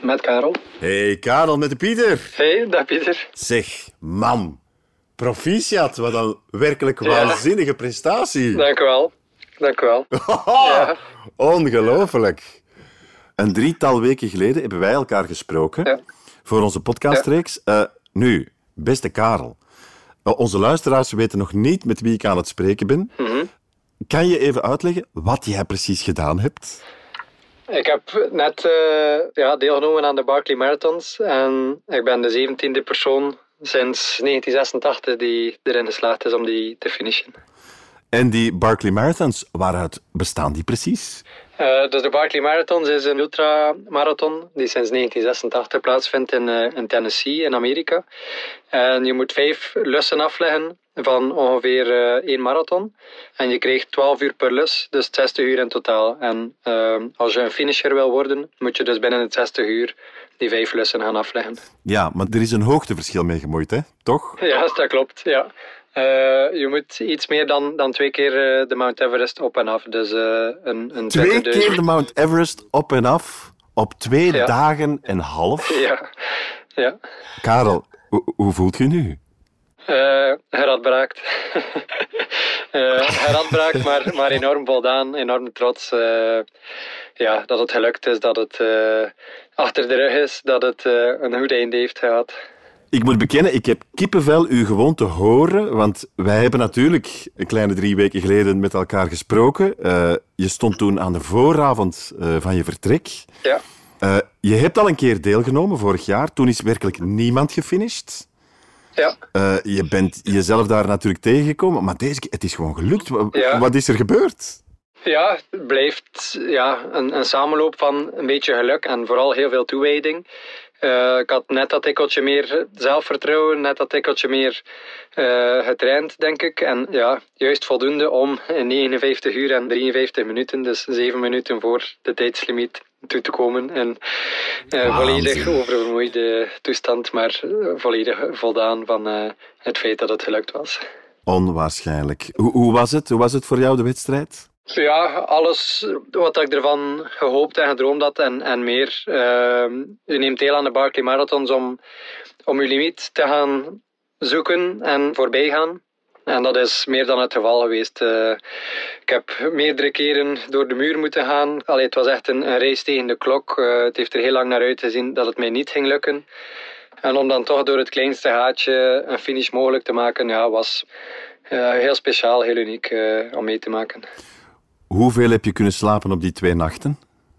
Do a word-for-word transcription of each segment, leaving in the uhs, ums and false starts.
met Karel. Hey Karel, met de Pieter. Hey, dag Pieter. Zeg, man. Proficiat, wat een werkelijk waanzinnige ja. prestatie. Dank u wel. Dank u wel. Ja. Ongelooflijk. Een drietal weken geleden hebben wij elkaar gesproken ja. voor onze podcastreeks. Ja. Uh, nu, beste Karel, uh, onze luisteraars weten nog niet met wie ik aan het spreken ben. Mm-hmm. Kan je even uitleggen wat jij precies gedaan hebt? Ik heb net uh, ja, deelgenomen aan de Barkley Marathons en ik ben de zeventiende persoon sinds negentien zesentachtig die erin geslaagd is om die te finishen. En die Barkley Marathons, waaruit bestaan die precies? Uh, dus de Barkley Marathons is een ultramarathon die sinds negentien zesentachtig plaatsvindt in, uh, in Tennessee in Amerika. En je moet vijf lussen afleggen van ongeveer uh, één marathon. En je krijgt twaalf uur per lus, dus zestig uur in totaal. En uh, als je een finisher wil worden, moet je dus binnen het zestig uur die vijf lussen gaan afleggen. Ja, maar er is een hoogteverschil mee gemoeid, hè? Toch? Ja, dat klopt, ja. Uh, je moet iets meer dan, dan twee keer uh, de Mount Everest op en af. Dus, uh, een, een twee keer de Mount Everest op en af op twee ja. dagen en half? Ja. ja. Karel, hoe, hoe voelt je nu? Uh, heradbraakt. uh, heradbraakt, maar, maar enorm voldaan, enorm trots. Uh, ja, dat het gelukt is, dat het uh, achter de rug is, dat het uh, een goed einde heeft gehad. Ik moet bekennen, ik heb kippenvel u gewoon te horen, want wij hebben natuurlijk een kleine drie weken geleden met elkaar gesproken. Uh, je stond toen aan de vooravond uh, van je vertrek. Ja. Uh, je hebt al een keer deelgenomen vorig jaar, toen is werkelijk niemand gefinished. Ja. Uh, je bent jezelf daar natuurlijk tegengekomen, maar deze keer, het is gewoon gelukt. Ja. Wat is er gebeurd? Ja, het blijft ja, een, een samenloop van een beetje geluk en vooral heel veel toewijding. Uh, ik had net dat tikkeltje meer zelfvertrouwen, net dat tikkeltje meer uh, getraind, denk ik. En ja, juist voldoende om in negenenvijftig uur en drieënvijftig minuten, dus zeven minuten voor de tijdslimiet, toe te komen. En uh, volledig oververmoeide toestand, maar uh, volledig voldaan van uh, het feit dat het gelukt was. Onwaarschijnlijk. Hoe, hoe was het? Hoe was het voor jou, de wedstrijd? Ja, alles wat ik ervan gehoopt en gedroomd had en, en meer. Uh, je neemt deel aan de Barkley Marathons om, om je limiet te gaan zoeken en voorbij gaan. En dat is meer dan het geval geweest. Uh, ik heb meerdere keren door de muur moeten gaan. Allee, het was echt een, een race tegen de klok. Uh, het heeft er heel lang naar uitgezien dat het mij niet ging lukken. En om dan toch door het kleinste gaatje een finish mogelijk te maken, ja, was uh, heel speciaal, heel uniek uh, om mee te maken. Hoeveel heb je kunnen slapen op die twee nachten?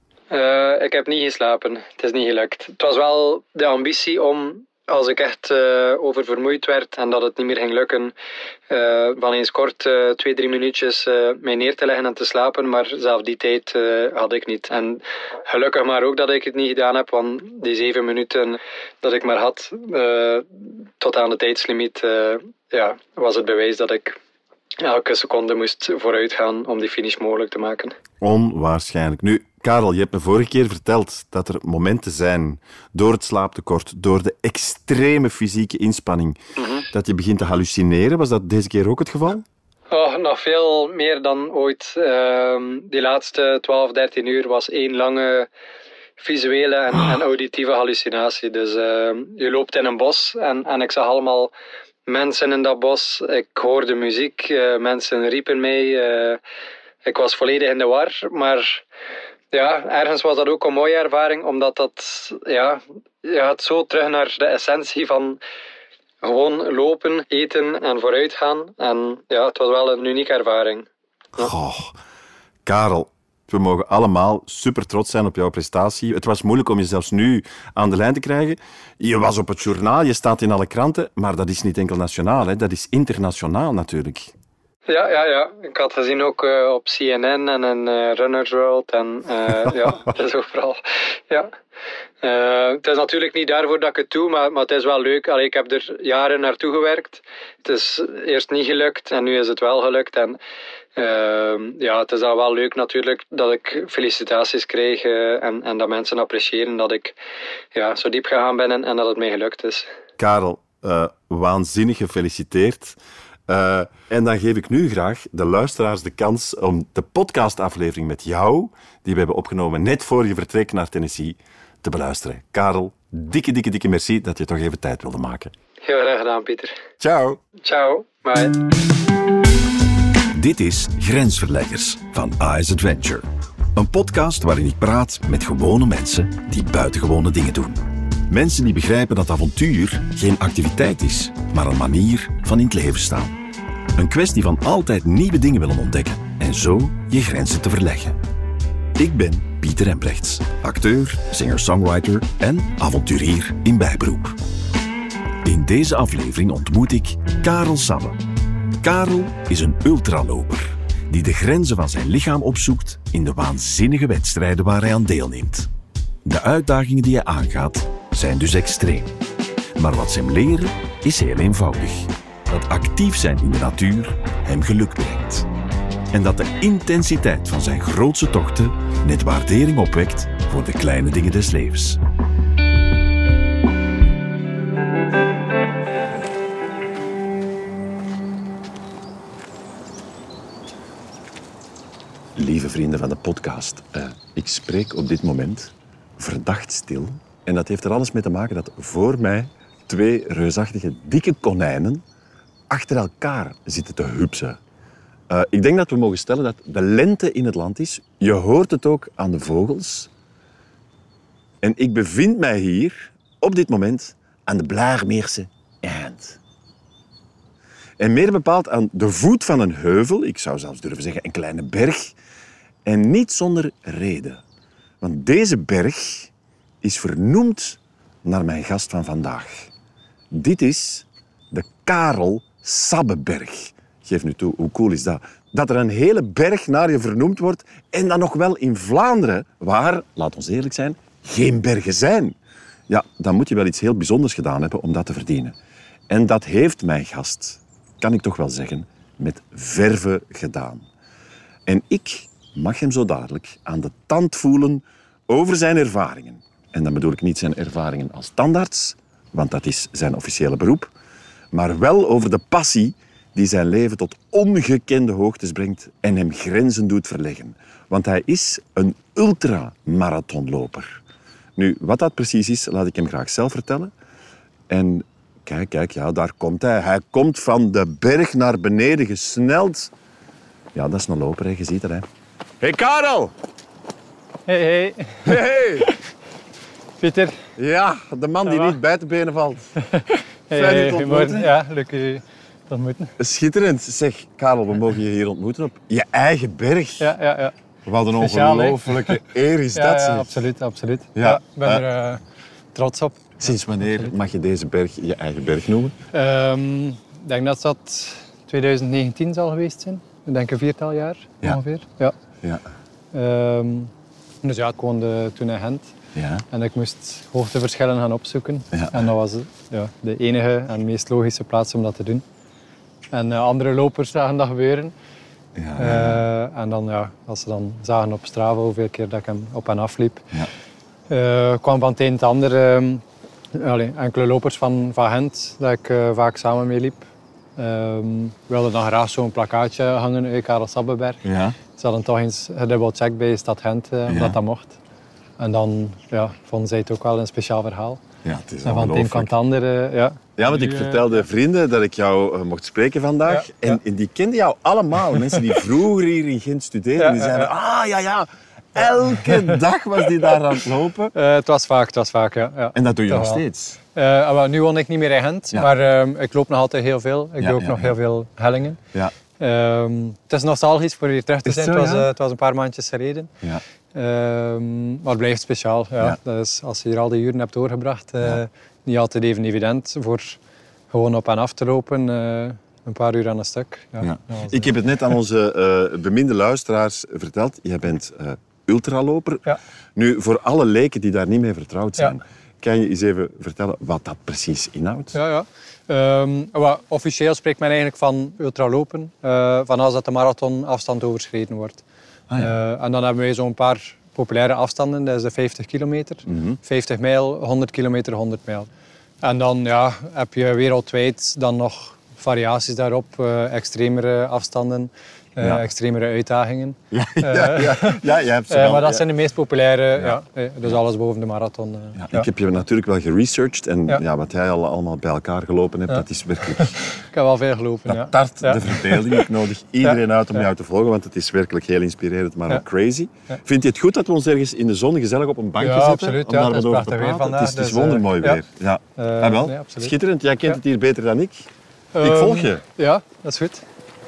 Uh, ik heb niet geslapen. Het is niet gelukt. Het was wel de ambitie om, als ik echt uh, oververmoeid werd en dat het niet meer ging lukken, uh, van eens kort uh, twee, drie minuutjes uh, mij neer te leggen en te slapen. Maar zelfs die tijd uh, had ik niet. En gelukkig maar ook dat ik het niet gedaan heb, want die zeven minuten dat ik maar had, uh, tot aan de tijdslimiet, uh, ja, was het bewijs dat ik elke seconde moest vooruit gaan om die finish mogelijk te maken. Onwaarschijnlijk. Nu, Karel, je hebt me vorige keer verteld dat er momenten zijn, door het slaaptekort, door de extreme fysieke inspanning, mm-hmm. dat je begint te hallucineren. Was dat deze keer ook het geval? Oh, nog veel meer dan ooit. Uh, die laatste twaalf, dertien uur was één lange visuele en, oh. en auditieve hallucinatie. Dus uh, je loopt in een bos en, en ik zag allemaal mensen in dat bos. Ik hoorde muziek, uh, mensen riepen mij. Uh, ik was volledig in de war, maar ja, ergens was dat ook een mooie ervaring, omdat dat, ja, je gaat zo terug naar de essentie van gewoon lopen, eten en vooruit gaan. En ja, het was wel een unieke ervaring. Ja. Goh, Karel, we mogen allemaal super trots zijn op jouw prestatie. Het was moeilijk om je zelfs nu aan de lijn te krijgen. Je was op het journaal, je staat in alle kranten, maar dat is niet enkel nationaal, hè? Dat is internationaal natuurlijk. Ja, ja, ja. Ik had gezien ook uh, op C N N en in uh, Runner's World. En uh, ja, het is overal. Ja. Uh, het is natuurlijk niet daarvoor dat ik het doe, maar, maar het is wel leuk. Allee, ik heb er jaren naartoe gewerkt. Het is eerst niet gelukt en nu is het wel gelukt. En uh, ja, het is dan wel leuk natuurlijk dat ik felicitaties krijg uh, en, en dat mensen appreciëren dat ik ja, zo diep gegaan ben en, en dat het mij gelukt is. Karel, uh, waanzinnig gefeliciteerd. Uh, en dan geef ik nu graag de luisteraars de kans om de podcastaflevering met jou, die we hebben opgenomen net voor je vertrek naar Tennessee, te beluisteren. Karel, dikke, dikke, dikke merci dat je toch even tijd wilde maken. Heel graag gedaan, Pieter. Ciao. Ciao. Bye. Dit is Grensverleggers van Ice Adventure. Een podcast waarin ik praat met gewone mensen die buitengewone dingen doen. Mensen die begrijpen dat avontuur geen activiteit is, maar een manier van in het leven staan. Een kwestie van altijd nieuwe dingen willen ontdekken en zo je grenzen te verleggen. Ik ben Pieter Embrechts, acteur, singer-songwriter en avonturier in bijberoep. In deze aflevering ontmoet ik Karel Sabbe. Karel is een ultraloper die de grenzen van zijn lichaam opzoekt in de waanzinnige wedstrijden waar hij aan deelneemt. De uitdagingen die hij aangaat zijn dus extreem. Maar wat ze hem leren is heel eenvoudig. Dat actief zijn in de natuur hem geluk brengt. En dat de intensiteit van zijn grootste tochten net waardering opwekt voor de kleine dingen des levens. Lieve vrienden van de podcast, uh, ik spreek op dit moment verdacht stil. En dat heeft er alles mee te maken dat voor mij twee reusachtige dikke konijnen achter elkaar zitten te hupsen. Uh, ik denk dat we mogen stellen dat de lente in het land is. Je hoort het ook aan de vogels. En ik bevind mij hier, op dit moment, aan de Blaarmeerse eind. En meer bepaald aan de voet van een heuvel, ik zou zelfs durven zeggen een kleine berg. En niet zonder reden. Want deze berg is vernoemd naar mijn gast van vandaag. Dit is de Karel Sabbeberg. Geef nu toe, hoe cool is dat? Dat er een hele berg naar je vernoemd wordt en dan nog wel in Vlaanderen, waar, laat ons eerlijk zijn, geen bergen zijn. Ja, dan moet je wel iets heel bijzonders gedaan hebben om dat te verdienen. En dat heeft mijn gast, kan ik toch wel zeggen, met verve gedaan. En ik mag hem zo dadelijk aan de tand voelen over zijn ervaringen. En dan bedoel ik niet zijn ervaringen als tandarts, want dat is zijn officiële beroep, maar wel over de passie die zijn leven tot ongekende hoogtes brengt en hem grenzen doet verleggen. Want hij is een ultramarathonloper. Nu, wat dat precies is, laat ik hem graag zelf vertellen. En kijk, kijk, ja, daar komt hij. Hij komt van de berg naar beneden gesneld. Ja, dat is een loper, hè. Je ziet het, hè. Hey, Karel! Hey, hey. Hey, hey. Pieter. Ja, de man die niet bij te benen valt. Hey, Fijn je te ontmoeten. Ja, leuk je te ontmoeten. Schitterend. Zeg, Karel, we mogen je hier ontmoeten op je eigen berg. Ja, ja, ja. Wat een Speciaal, ongelooflijke eer is ja, dat, ja, zeg. absoluut, absoluut. Ja. Ja, ik ben Uh, er uh, trots op. Sinds wanneer absoluut. Mag je deze berg je eigen berg noemen? Um, ik denk dat dat twintig negentien zal geweest zijn. Ik denk een viertal jaar ja. ongeveer. Ja. Ja. Um, dus ja, ik woonde toen in Gent. Ja. En ik moest hoogteverschillen gaan opzoeken. Ja. En dat was ja, de enige en meest logische plaats om dat te doen. En uh, andere lopers zagen dat gebeuren. Ja, ja. Uh, en dan, ja, als ze dan zagen op Strava hoeveel keer dat ik hem op en af liep, Ja. uh, kwam van het een het ander uh, allee, enkele lopers van, van Gent dat ik uh, vaak samen mee liep. Uh, wilden dan graag zo'n plakkaatje hangen uit Karel Sabbeberg. Ja. Ze hadden toch eens gedubbelcheckt bij Stad Gent uh, omdat Ja. dat mocht. En dan ja, vonden zij het ook wel een speciaal verhaal. Ja, het is En van het een kwam het ander. Uh, ja. Ja, want ik Nu, uh, vertelde vrienden dat ik jou uh, mocht spreken vandaag. Ja, en, ja. en die kenden jou allemaal. Mensen die vroeger hier in Gent studeerden. Ja, die zeiden, ja, ah ja, ja. Elke dag was die daar aan het lopen. Uh, het was vaak, het was vaak, ja. ja. En dat doe je Toch nog wel. steeds. Uh, wel, nu woon ik niet meer in Gent, Ja. maar uh, ik loop nog altijd heel veel. Ik Ja, doe ook ja, nog ja. heel veel hellingen. Ja. Um, het is nostalgisch voor hier terug te Is zijn. het Het, zo, was, ja? uh, het was een paar maandjes geleden. Ja. Um, maar het blijft speciaal. Ja. Ja. Dat is, als je hier al die uren hebt doorgebracht, uh, Ja. niet altijd even evident voor gewoon op en af te lopen. Uh, een paar uur aan een stuk. Ja, Ja. dat was, Ik heb het net aan onze uh, beminde luisteraars verteld. Jij bent uh, ultraloper. Ja. Nu, voor alle leken die daar niet mee vertrouwd zijn, Ja. kan je eens even vertellen wat dat precies inhoudt? Ja, ja. Um, well, officieel spreekt men eigenlijk van ultralopen, uh, van als dat de marathonafstand overschreden wordt. Ah, ja. Uh, en dan hebben wij zo'n paar populaire afstanden, dat is de vijftig kilometer, Mhm. vijftig mijl, honderd kilometer, honderd mijl. En dan ja, heb je wereldwijd dan nog variaties daarop, uh, extremere afstanden. uh, ja. extremere uitdagingen. Ja, ja, ja, ja, ja jij hebt ze uh, wel, maar dat ja. zijn de meest populaire, ja. Ja. Ja, dus alles boven de marathon. Uh, Ja, ja. Ik heb je natuurlijk wel geresearched en ja. Ja. Ja, wat jij al allemaal bij elkaar gelopen hebt, Ja. dat is werkelijk... Ik heb wel veel gelopen, Dat ja. tart Ja. de verbeelding. Ik nodig iedereen Ja. uit om Ja. jou te volgen, want het is werkelijk heel inspirerend, maar Ja. ook crazy. Ja. Vind je het goed dat we ons ergens in de zon gezellig op een bankje Ja, zetten? absoluut. Om Ja, daar het is wat over te prachtig weer praten? vandaag, Het is, het is dus, wondermooi uh, weer. Ja. Uh, Ah, wel, nee, absoluut. schitterend. Jij kent Ja. het hier beter dan ik. Ik Um, volg je. Ja, dat is goed.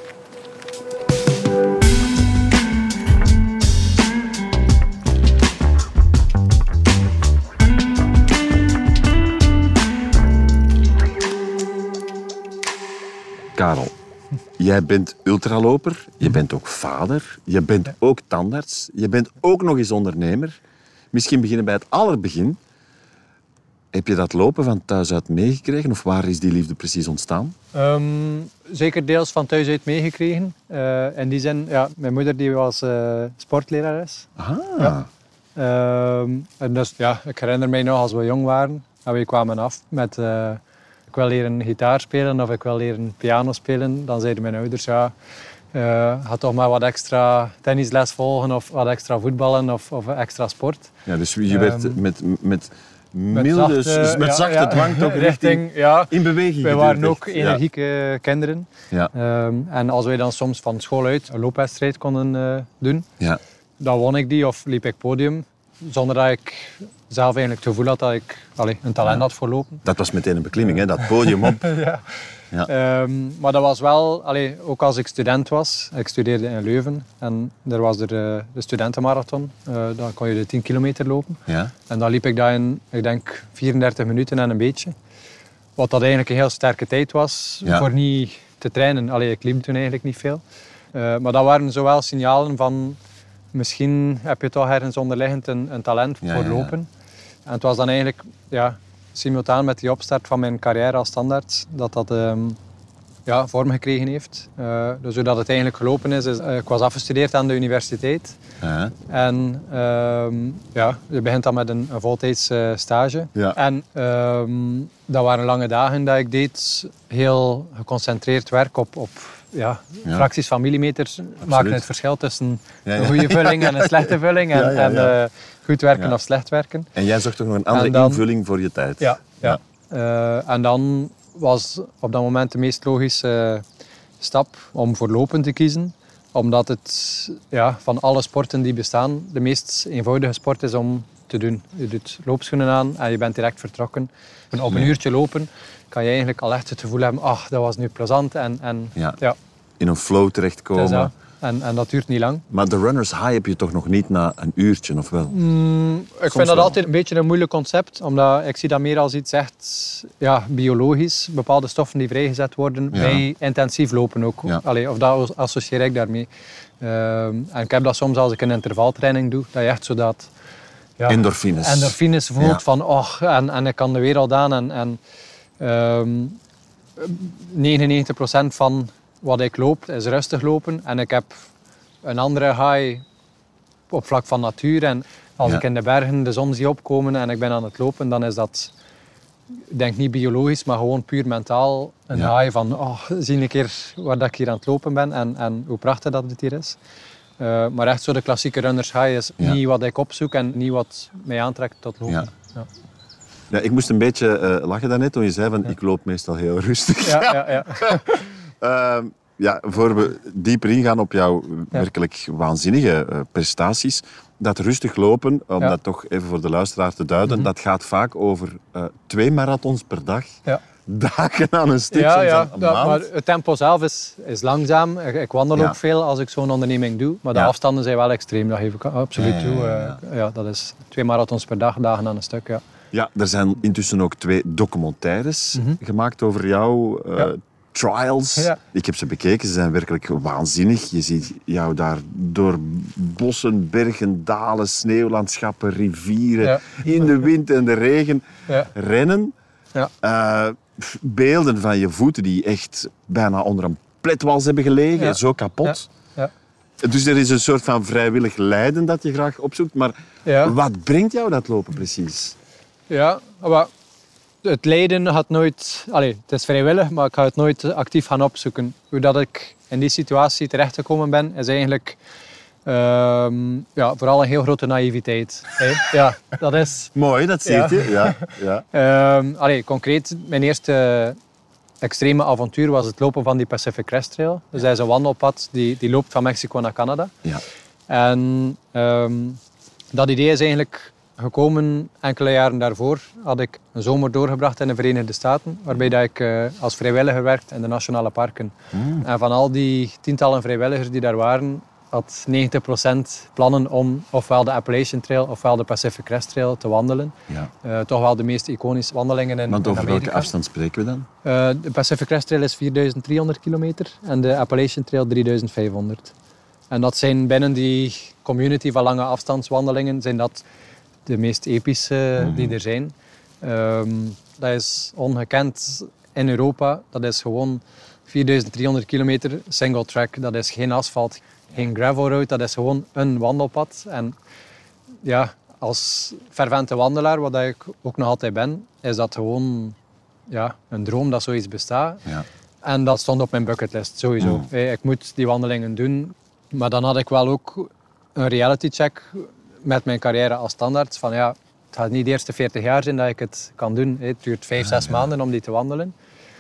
Karel, jij bent ultraloper, je bent ook vader, je bent Ja. ook tandarts, je bent ook nog eens ondernemer. Misschien beginnen bij het allerbegin. Heb je dat lopen van thuis uit meegekregen of waar is die liefde precies ontstaan? Um, zeker deels van thuis uit meegekregen. Uh, in die zin, ja, mijn moeder die was uh, sportlerares. Ah, Ja. Um, en dus, ja, ik herinner mij nog als we jong waren. En we kwamen af met... Uh, ik wil leren gitaar spelen of ik wil leren piano spelen. Dan zeiden mijn ouders, ja, uh, ga toch maar wat extra tennisles volgen of wat extra voetballen of, of extra sport. ja, dus je werd Um, met, met Met milde, zachte, met ja, zachte ja, dwang toch richting, richting, ja. in beweging. Wij waren geduwd, ook echt. energieke kinderen. Ja. Um, en als wij dan soms van school uit een loopwedstrijd konden uh, doen, Ja. dan won ik die of liep ik podium. Zonder dat ik zelf eigenlijk het gevoel had dat ik allee, een talent Ja. had voor lopen. Dat was meteen een beklimming, hè? Dat podium op. Ja. Ja. Um, maar dat was wel, allee, ook als ik student was, ik studeerde in Leuven en er was er uh, de studentenmarathon. Uh, dan kon je de tien kilometer lopen. Ja. En dan liep ik dat in, ik denk, vierendertig minuten en een beetje. Wat dat eigenlijk een heel sterke tijd was Ja. voor niet te trainen. Allee, ik liep toen eigenlijk niet veel. Uh, maar dat waren zowel signalen van, misschien heb je toch ergens onderliggend een, een talent Ja, voor ja, ja. lopen. En het was dan eigenlijk, ja, simultaan met die opstart van mijn carrière als standaard, dat dat um, ja, vorm gekregen heeft. Uh, dus hoe dat het eigenlijk gelopen is, is uh, ik was afgestudeerd aan de universiteit. Ja. En um, ja, je begint dan met een, een voltijds uh, stage. Ja. En um, dat waren lange dagen dat ik deed. Heel geconcentreerd werk op, op ja, Ja. fracties van millimeters. Maken het verschil tussen Ja, ja. een goede vulling en een slechte vulling. En, Ja, ja, ja. en uh, goed werken Ja. of slecht werken. En jij zocht toch nog een andere En dan- invulling voor je tijd? Ja, ja. Uh, en dan was op dat moment de meest logische stap om voor lopen te kiezen. Omdat het ja, van alle sporten die bestaan de meest eenvoudige sport is om te doen. Je doet loopschoenen aan en je bent direct vertrokken. Op een Ja. uurtje lopen kan je eigenlijk al echt het gevoel hebben, ach, dat was nu plezant. En, en, Ja. ja, In een flow terechtkomen. het is dat. En, en dat duurt niet lang. Maar de runner's high heb je toch nog niet na een uurtje, of wel? Mm, ik vind dat wel. altijd een beetje een moeilijk concept, omdat ik zie dat meer als iets echt ja, biologisch. Bepaalde stoffen die vrijgezet worden Ja. bij intensief lopen ook. Ja. Allee, of dat associeer ik daarmee. Um, en ik heb dat soms als ik een intervaltraining doe, dat je echt zo dat... Ja, Endorfines. endorfines voelt Ja. van, oh, en, en ik kan de wereld aan. En, en um, negenennegentig procent van wat ik loop is rustig lopen. En ik heb een andere high op vlak van natuur. En als Ja. ik in de bergen de zon zie opkomen en ik ben aan het lopen, dan is dat, ik denk niet biologisch, maar gewoon puur mentaal een Ja. high van, oh, zie een keer waar dat ik hier aan het lopen ben en, en hoe prachtig dat het hier is. Uh, maar echt zo de klassieke runners high is Ja. niet wat ik opzoek en niet wat mij aantrekt tot lopen. Ja. Ja. Ja, ik moest een beetje uh, lachen daarnet toen je zei van ik loop meestal heel rustig. Ja, ja, ja. Uh, ja, voor we dieper ingaan op jouw Ja. werkelijk waanzinnige uh, prestaties. Dat rustig lopen, om Ja. dat toch even voor de luisteraar te duiden, Mhm. dat gaat vaak over uh, twee marathons per dag. Ja. Dagen aan een stuk, Ja, soms ja, een dat- maand. maar het tempo zelf is, is langzaam. Ik, ik wandel Ja. ook veel als ik zo'n onderneming doe. Maar de Ja. afstanden zijn wel extreem, dat geef ik absoluut Ja, ja, toe. ja, Eh, ja. ja, dat is twee marathons per dag, dagen aan een stuk. Ja. Ja, er zijn intussen ook twee documentaires Mhm. gemaakt over jou. Uh, Ja. Trials. Ja. Ik heb ze bekeken, ze zijn werkelijk waanzinnig. Je ziet jou daar door bossen, bergen, dalen, sneeuwlandschappen, rivieren, Ja. in de wind en de regen Ja. rennen. Ja. Uh, beelden van je voeten die echt bijna onder een pletwals hebben gelegen, Ja. zo kapot. Ja. Dus er is een soort van vrijwillig lijden dat je graag opzoekt. Maar Ja. wat brengt jou dat lopen precies? Ja, maar Het lijden gaat nooit... Allee, het is vrijwillig, maar ik ga het nooit actief gaan opzoeken. Hoe dat ik in die situatie terechtgekomen ben, is eigenlijk... Um, ja, vooral een heel grote naïviteit. Hè? Ja, dat is... Mooi, dat zie ja. je. Ja, ja. Um, allee, concreet, mijn eerste extreme avontuur was het lopen van die Pacific Crest Trail. Dus dat is een wandelpad die, die loopt van Mexico naar Canada. Ja. En um, dat idee is eigenlijk gekomen enkele jaren daarvoor. Had ik een zomer doorgebracht in de Verenigde Staten, waarbij dat ik uh, als vrijwilliger werkte in de nationale parken. Mm. En van al die tientallen vrijwilligers die daar waren, had negentig procent plannen om ofwel de Appalachian Trail ofwel de Pacific Crest Trail te wandelen. Ja. Uh, toch wel de meest iconische wandelingen in, Want in over Amerika. welke afstand spreken we dan? Uh, de Pacific Crest Trail is vierduizend driehonderd kilometer en de Appalachian Trail drieduizend vijfhonderd. En dat zijn binnen die community van lange afstandswandelingen zijn dat de meest epische mm-hmm. die er zijn. Um, dat is ongekend in Europa. Dat is gewoon vierduizend driehonderd kilometer single track. Dat is geen asfalt, geen gravel road. Dat is gewoon een wandelpad. En ja, als fervente wandelaar, wat ik ook nog altijd ben, is dat gewoon ja, een droom dat zoiets bestaat. Ja. En dat stond op mijn bucketlist, sowieso. Mm. Ik moet die wandelingen doen. Maar dan had ik wel ook een reality check met mijn carrière als standaard. Van ja, het gaat niet de eerste veertig jaar zijn dat ik het kan doen. Het duurt vijf, zes ja, ja. maanden om die te wandelen.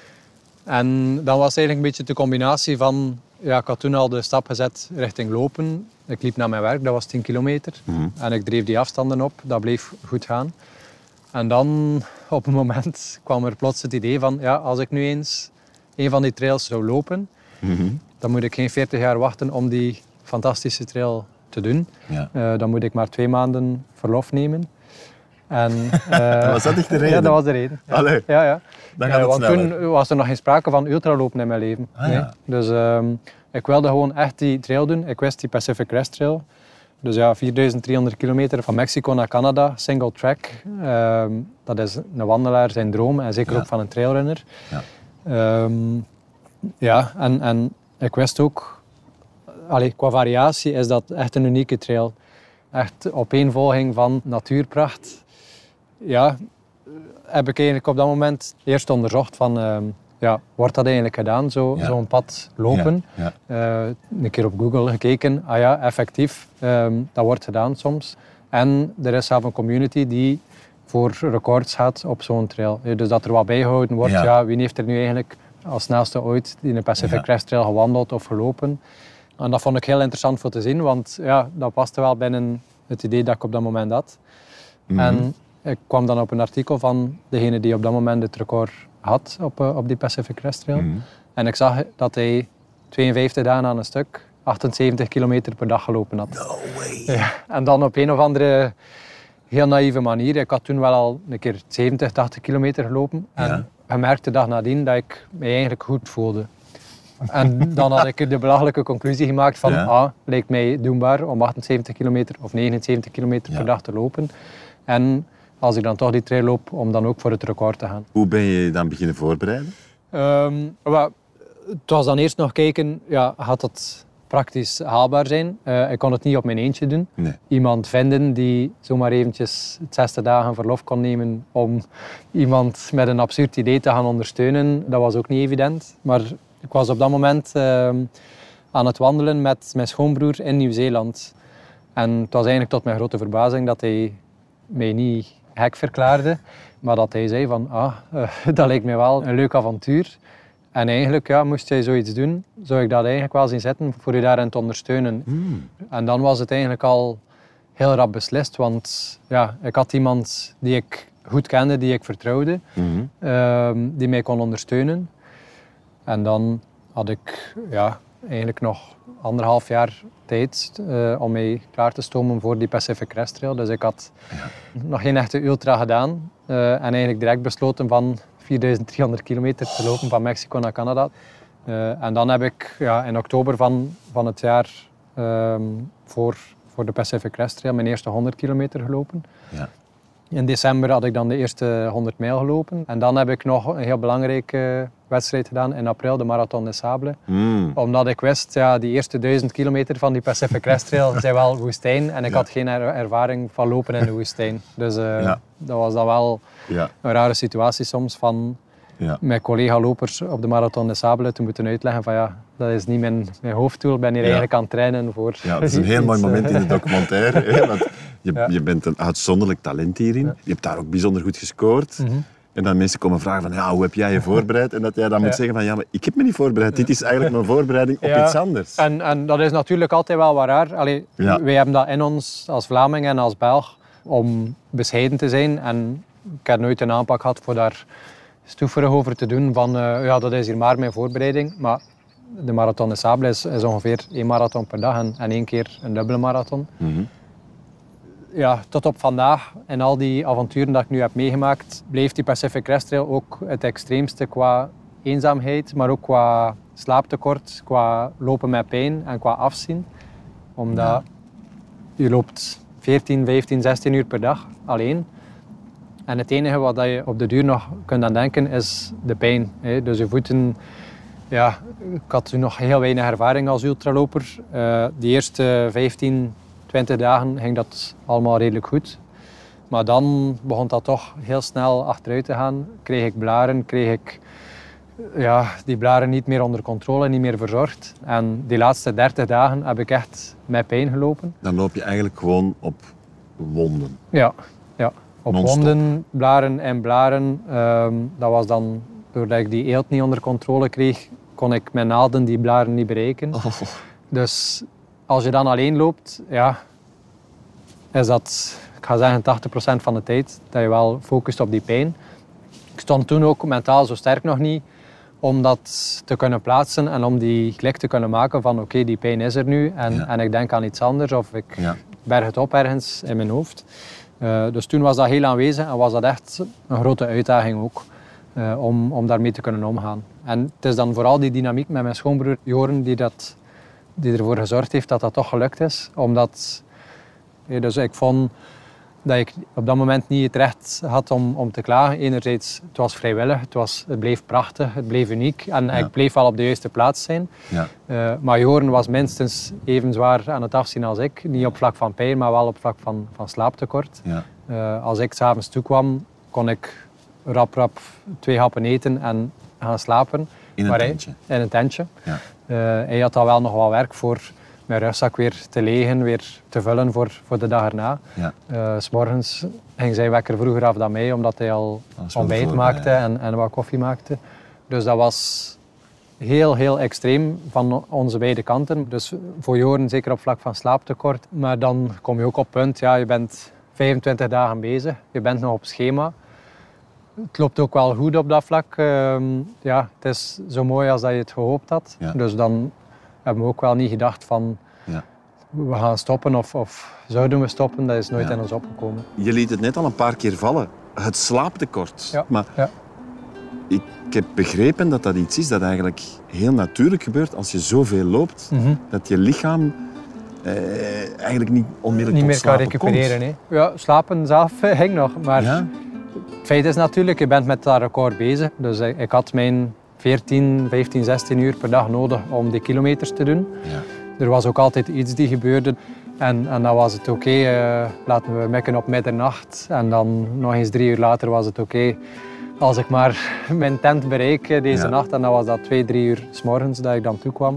En dan was het eigenlijk een beetje de combinatie van... Ja, ik had toen al de stap gezet richting lopen. Ik liep naar mijn werk, dat was tien kilometer. Mm-hmm. En ik dreef die afstanden op, dat bleef goed gaan. En dan, op een moment, kwam er plots het idee van... Ja, als ik nu eens een van die trails zou lopen... Mm-hmm. dan moet ik geen veertig jaar wachten om die fantastische trail te doen. Ja. Uh, dan moet ik maar twee maanden verlof nemen. En, uh, was dat echt de reden? Ja, dat was de reden. Ja. Allee, ja, ja. dan gaat uh, het want sneller. Toen was er nog geen sprake van ultralopen in mijn leven. Ah, nee. ja. Dus um, ik wilde gewoon echt die trail doen. Ik wist die Pacific Crest Trail. Dus ja, vierduizend driehonderd kilometer van Mexico naar Canada, single track. Um, dat is een wandelaar zijn droom en zeker ja. ook van een trailrunner. Ja, um, ja en, en ik wist ook... Allee, qua variatie is dat echt een unieke trail. Echt opeenvolging van natuurpracht. Ja, heb ik eigenlijk op dat moment eerst onderzocht van... Uh, ja, wordt dat eigenlijk gedaan, zo, ja. zo'n pad lopen? Ja. Ja. Uh, een keer op Google gekeken. Ah ja, effectief. Um, dat wordt gedaan soms. En er is zelf een community die voor records gaat op zo'n trail. Dus dat er wat bijgehouden wordt. Ja. Ja, wie heeft er nu eigenlijk als snelste ooit in de Pacific ja. Crest Trail gewandeld of gelopen? En dat vond ik heel interessant voor te zien, want ja, dat paste wel binnen het idee dat ik op dat moment had. Mm-hmm. En ik kwam dan op een artikel van degene die op dat moment het record had op, uh, op die Pacific Crest Trail. Mm-hmm. En ik zag dat hij tweeënvijftig dagen aan een stuk achtenzeventig kilometer per dag gelopen had. No way! Ja, en dan op een of andere heel naïeve manier. Ik had toen wel al een keer zeventig, tachtig kilometer gelopen. En ja. je merkte de dag nadien dat ik me eigenlijk goed voelde. En dan had ik de belachelijke conclusie gemaakt van, ja. ah, lijkt mij doenbaar om achtenzeventig kilometer of negenenzeventig kilometer ja. per dag te lopen. En als ik dan toch die trail loop, om dan ook voor het record te gaan. Hoe ben je dan beginnen voorbereiden? Um, well, het was dan eerst nog kijken, ja, gaat dat praktisch haalbaar zijn? Uh, ik kon het niet op mijn eentje doen. Nee. Iemand vinden die zomaar eventjes zestig dagen verlof kon nemen om iemand met een absurd idee te gaan ondersteunen, dat was ook niet evident. Maar ik was op dat moment uh, aan het wandelen met mijn schoonbroer in Nieuw-Zeeland. En het was eigenlijk tot mijn grote verbazing dat hij mij niet gek verklaarde, maar dat hij zei van, ah, uh, dat lijkt mij wel een leuk avontuur. En eigenlijk, ja, moest jij zoiets doen, zou ik dat eigenlijk wel zien zitten voor je daarin te ondersteunen. Mm. En dan was het eigenlijk al heel rap beslist, want ja, ik had iemand die ik goed kende, die ik vertrouwde, mm-hmm. uh, die mij kon ondersteunen. En dan had ik ja, eigenlijk nog anderhalf jaar tijd uh, om mij klaar te stomen voor die Pacific Crest Trail. Dus ik had ja. nog geen echte ultra gedaan uh, en eigenlijk direct besloten van vierduizend driehonderd kilometer te lopen van Mexico naar Canada. Uh, en dan heb ik ja, in oktober van, van het jaar um, voor, voor de Pacific Crest Trail mijn eerste honderd kilometer gelopen. Ja. In december had ik dan de eerste honderd mijl gelopen. En dan heb ik nog een heel belangrijke wedstrijd gedaan in april, de Marathon des Sables. Mm. Omdat ik wist, ja, die eerste duizend kilometer van die Pacific Crest Trail zijn wel woestijn. En ik Ja. had geen er- ervaring van lopen in de woestijn. Dus uh, Ja. dat was dan wel Ja. een rare situatie soms van Ja. mijn collega-lopers op de Marathon des Sables te moeten uitleggen van ja, dat is niet mijn, mijn hoofddoel. Ik ben hier Ja. eigenlijk aan het trainen voor... Ja, dat is een heel mooi iets, moment in de documentaire. Hè, want je, Ja. je bent een uitzonderlijk talent hierin. Je hebt daar ook bijzonder goed gescoord. Mm-hmm. En dan mensen komen vragen van, ja, hoe heb jij je voorbereid? En dat jij dan Ja. moet zeggen van, ja, maar ik heb me niet voorbereid. Dit is eigenlijk mijn voorbereiding op Ja. iets anders. En, en dat is natuurlijk altijd wel wat raar. Allee, Ja. Wij hebben dat in ons als Vlaming en als Belg om bescheiden te zijn. En ik heb nooit een aanpak gehad voor daar stoeverig over te doen. Van uh, ja, dat is hier maar mijn voorbereiding. Maar de Marathon des Sables is, is ongeveer één marathon per dag en, en één keer een dubbele marathon. Mm-hmm. Ja, tot op vandaag en al die avonturen dat ik nu heb meegemaakt, bleef die Pacific Crest Trail ook het extreemste qua eenzaamheid, maar ook qua slaaptekort, qua lopen met pijn en qua afzien. Omdat Ja. je loopt veertien, vijftien, zestien uur per dag alleen. En het enige wat je op de duur nog kunt aan denken is de pijn. Hè. Dus je voeten... Ja, ik had toen nog heel weinig ervaring als ultraloper. Uh, de eerste vijftien, twintig dagen ging dat allemaal redelijk goed. Maar dan begon dat toch heel snel achteruit te gaan. Kreeg ik blaren, kreeg ik ja, die blaren niet meer onder controle, niet meer verzorgd. En die laatste dertig dagen heb ik echt met pijn gelopen. Dan loop je eigenlijk gewoon op wonden. Ja, ja. Op Non-stop. wonden, blaren en blaren. Um, dat was dan, doordat ik die eelt niet onder controle kreeg, kon ik mijn naalden die blaren niet bereiken. Oh. Dus als je dan alleen loopt, ja, is dat, ik ga zeggen, tachtig procent van de tijd dat je wel focust op die pijn. Ik stond toen ook mentaal zo sterk nog niet om dat te kunnen plaatsen en om die klik te kunnen maken van oké, okay, die pijn is er nu en, Ja. en ik denk aan iets anders of ik Ja. berg het op ergens in mijn hoofd. Uh, dus toen was dat heel aanwezig en was dat echt een grote uitdaging ook uh, om, om daarmee te kunnen omgaan. En het is dan vooral die dynamiek met mijn schoonbroer Joren die, dat, die ervoor gezorgd heeft dat dat toch gelukt is. Omdat, ja, dus ik vond dat ik op dat moment niet het recht had om, om te klagen. Enerzijds, het was vrijwillig, het, was, het bleef prachtig, het bleef uniek en Ja. ik bleef wel op de juiste plaats zijn. Ja. Uh, maar Joren was minstens even zwaar aan het afzien als ik. Niet op vlak van pijn, maar wel op vlak van, van slaaptekort. Ja. Uh, als ik 's avonds toekwam, kon ik rap rap twee happen eten en gaan slapen. In een Maar hij- tentje. in een tentje. Ja. Uh, hij had al wel nog wat werk voor mijn rugzak weer te legen, weer te vullen voor, voor de dag erna. Ja. Uh, 's morgens ging zijn wekker vroeger af dan mij, omdat hij al Dat is wel ontbijt voor, maakte ja. en, en wat koffie maakte. Dus dat was heel, heel extreem van onze beide kanten. Dus voor Joren zeker op vlak van slaaptekort. Maar dan kom je ook op punt, ja, je bent vijfentwintig dagen bezig, je bent nog op schema. Het loopt ook wel goed op dat vlak. Ehm, ja, het is zo mooi als dat je het gehoopt had. Ja. Dus dan hebben we ook wel niet gedacht van Ja. we gaan stoppen of, of zouden we stoppen. Dat is nooit Ja. in ons opgekomen. Je liet het net al een paar keer vallen. Het slaaptekort. Ja. Maar Ja. ik heb begrepen dat dat iets is dat eigenlijk heel natuurlijk gebeurt als je zoveel loopt. Mhm. Dat je lichaam eh, eigenlijk niet onmiddellijk Niet tot meer kan slapen recupereren. komt. Hè. Ja, slapen zelf eh, ging nog. Maar Ja? het feit is natuurlijk, je bent met dat record bezig. Dus ik, ik had mijn veertien, vijftien, zestien uur per dag nodig om die kilometers te doen. Ja. Er was ook altijd iets die gebeurde. En, en dan was het oké, okay, uh, laten we mikken op middernacht. En dan nog eens drie uur later was het oké. Okay, als ik maar mijn tent bereik uh, deze Ja. nacht. En dan was dat twee, drie uur 's morgens dat ik dan toekwam.